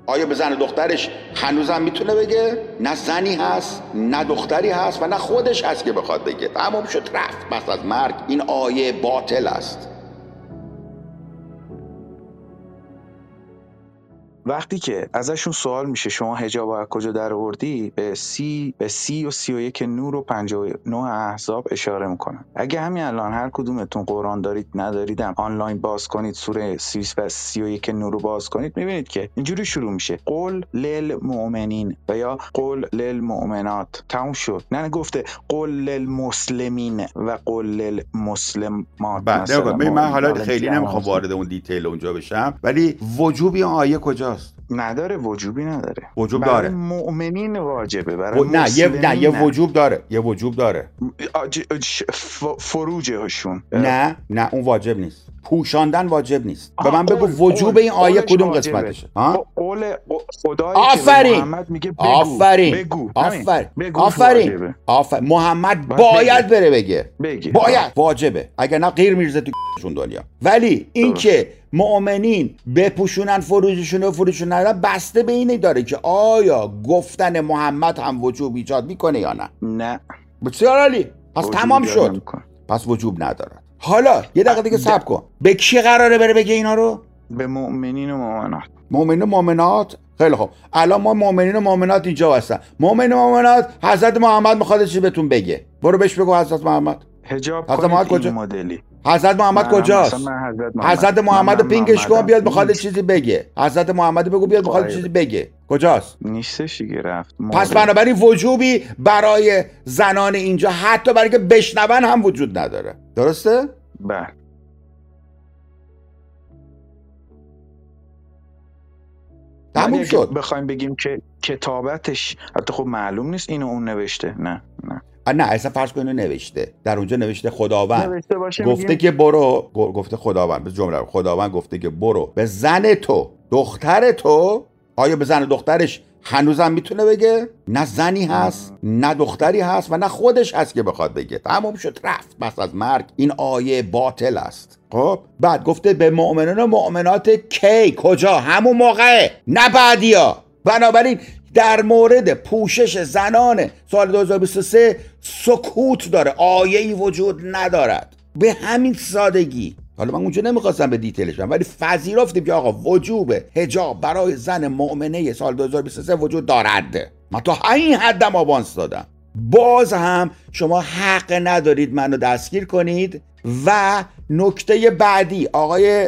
آیا به زن دخترش هنوزم میتونه بگه؟ نه زنی هست، نه دختری هست و نه خودش هست که بخواد بگه. تمام شد رفت. پس از مرگ این آیه باطل است. وقتی که ازشون سوال میشه شما حجاب از کجا در آوردی، به 30 و 31 نور و 59 احزاب اشاره میکنن. اگه همین الان هر کدومتون قرآن دارید نداریدم آنلاین باز کنید، سوره 30 و 31 نور رو باز کنید، میبینید که اینجوری شروع میشه: قل للمؤمنین و یا قل للمؤمنات. تموم شد. نه گفته قل للمسلمین و قل للمسلمات. مثلا من حالا خیلی نمیخوام وارد اون دیتیل اونجا بشم، ولی وجوب این آیه کجاست؟ نداره، وجوبی نداره. وجوب داره. برای مؤمنین واجبه، برای نه یه وجوب داره. یه وجوب داره. فروجهشون. نه اون واجب نیست. پوشاندن واجب نیست. به من بگو وجوب این آیه کدوم قسمتشه؟ قول خدایی آفرین. که محمد میگه بگو. آفرین. بگو. آفرین. محمد باید بره بگه. باید واجبه. اگر نه غیر میرزه تو دنیا. ولی این که مؤمنین بپوشونن فروجشون و فروششون ندارن بسته به اینه داره که آیا گفتن محمد هم وجوب ایجاد میکنه یا نه. نه. بسیار عالی. پس تمام شد. پس وجوب نداره. حالا یه دقیقه دیگه صبر کن. به کی قراره بره بگه اینا رو؟ به مؤمنین و مؤمنات. مؤمنین و مؤمنات. خیلی خوب. الان ما مؤمنین و مؤمنات اینجا هستن. مؤمنین و مؤمنات حضرت محمد میخواد چی بهتون بگه. برو بهش بگو حضرت محمد. حجاب کنید کجا؟ این مدلی. حضرت محمد کجاست؟ حضرت محمد پینگش کن بیاد میخواد چیزی بگه. حضرت محمد بگو بیاد میخواد چیزی بگه. کجاست؟ نیستش دیگه، رفت. پس بنابراین وجوبی برای زنان اینجا حتی برای که بشنون هم وجود نداره. درسته؟ بله. تموم شد. بخوایم بگیم که کتابتش حتی خب معلوم نیست اینو اون نوشته. نه اصلا فرض کن اینو نوشته. در اونجا نوشته خداوند گفته که برو، گفته خداوند، به جمله خداوند گفته که برو به زن تو دختر تو. آیا به زن دخترش هنوزم میتونه بگه؟ نه زنی هست، نه دختری هست و نه خودش هست که بخواد بگه. تمام شد رفت. پس از مرگ این آیه باطل است. خب بعد گفته به مؤمنان و مؤمنات کی؟ کجا؟ همون موقعه، نه بعدیا. بنابراین در مورد پوشش زنان سال 2023 سکوت داره. آیه‌ای وجود ندارد به همین سادگی. حالا من اونجا نمیخواستم به دیتیلش برم، ولی پذیرفتیم که آقا وجوب حجاب برای زن مؤمنه سال 2023 وجود دارد. من تا این حدم آوانس دادم. باز هم شما حق ندارید منو دستگیر کنید. و نکته بعدی، آقای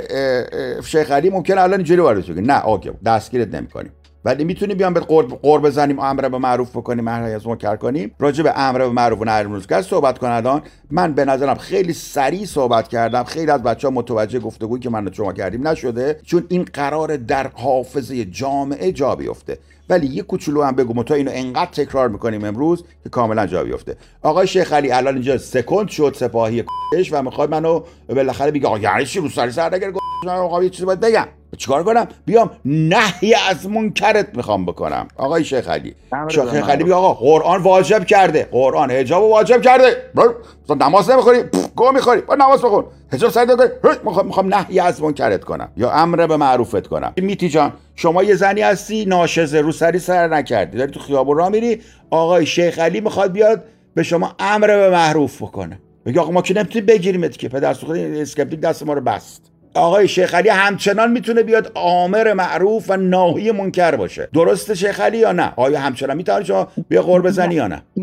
شیخ علی ممکنه الان اینجوری وارد بشه نه آقا دستگیرت نمی‌کنیم، ولی میتونیم بیام به قرب بزنیم، امر به معروف بکنیم، نهی از منکر کنیم. راجع به امر به معروف و نهی از منکر صحبت کنن. الان من به نظرم خیلی سریع صحبت کردم. خیلی از بچه‌ها متوجه گفتگویی که من و شما کردیم نشده، چون این قرار در حافظه جامعه جا بیفته. ولی یه کوچولو هم بگو، تا اینو انقدر تکرار میکنیم امروز که کاملا جا بیفته. آقای شیخ علی الان اینجا سکند شد سپاهی کش و میخواد منو بالاخره بگه آقا یعنی چی رو سر نگر آقا یه چیزی باید بگم. چیکار کنم؟ بیام نهی از منکرت میخوام بکنم. آقای شیخ علی شیخ علی میگه آقا قرآن واجب کرده، قرآن حجاب واجب کرده. نماز نمیخوری؟ گو میخوری؟ با نماز بخون. حجاب سر نکنی؟ میخوام نهی از منکرت کنم یا امر به معروفت کنم. میتی جان شما یه زنی هستی ناشزه، رو سر نکردی، داری تو خیابون راه میری، آقای شیخ علی میخواد بیاد به شما امر به معروف بکنه. میگه آقا ما که نمیتونیم بگیریمت که، پدر سوخته اسکپتیک دست ما رو بست. آقای شیخ علی همچنان میتونه بیاد آمر معروف و ناهی منکر باشه. درسته شیخ علی یا نه؟ آیا همچنان میتونی شما بیا قرب بزنی یا نه؟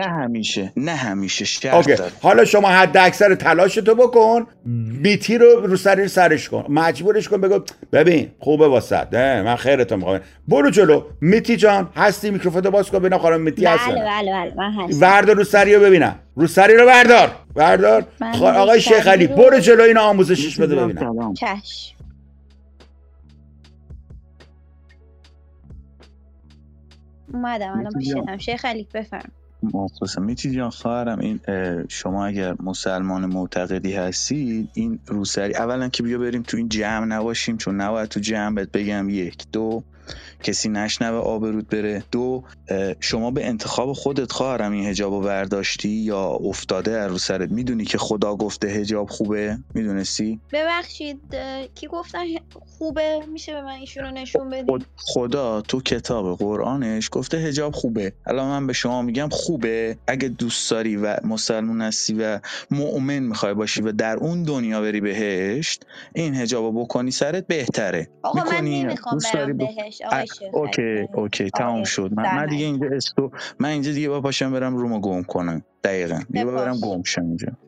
نه همیشه شرط داره. حالا شما حد اکثر تلاشتو بکن، میتی رو سرش کن، مجبورش کن، بگو ببین خوبه واسط، من خیرتو میخوام، برو جلو. میتی جان هستی؟ میکروفونو باز کن ببینم خانم میتی هست. بله من هستم. بردار رو سریو ببینم. رو سری رو بردار. آقای شیخ علی برو جلو این آموزشش بده ببینم. چشم. اومدم الان پیشتم. شیخ علی بفرم. مخلصم. میتی جان خواهرم، این شما اگر مسلمان معتقدی هستید این روسری اولا که بیا بریم تو این جمع نباشیم، چون نباید تو جمع بهت بگم 1 2 کسی نشنوه آبروت بره. 2 شما به انتخاب خودت خواهرم این حجابو برداشتی یا افتاده رو سرت؟ میدونی که خدا گفته حجاب خوبه؟ میدونستی؟ ببخشید کی گفتن خوبه؟ میشه به من ایشونو نشون بدید؟ خدا تو کتاب قرآنش گفته حجاب خوبه. الان من به شما میگم خوبه. اگه دوست داری و مسلمون هستی و مؤمن میخوای باشی و در اون دنیا بری بهشت، این حجابو بکنی سرت بهتره. آقا من نمیخوام برم بهشت آقای شیخ. اوکی تمام شد. من دیگه اینجا من اینجا دیگه با پاشم برم رومو گم کنم. دقیقاً دیگه برم گم شم اینجا.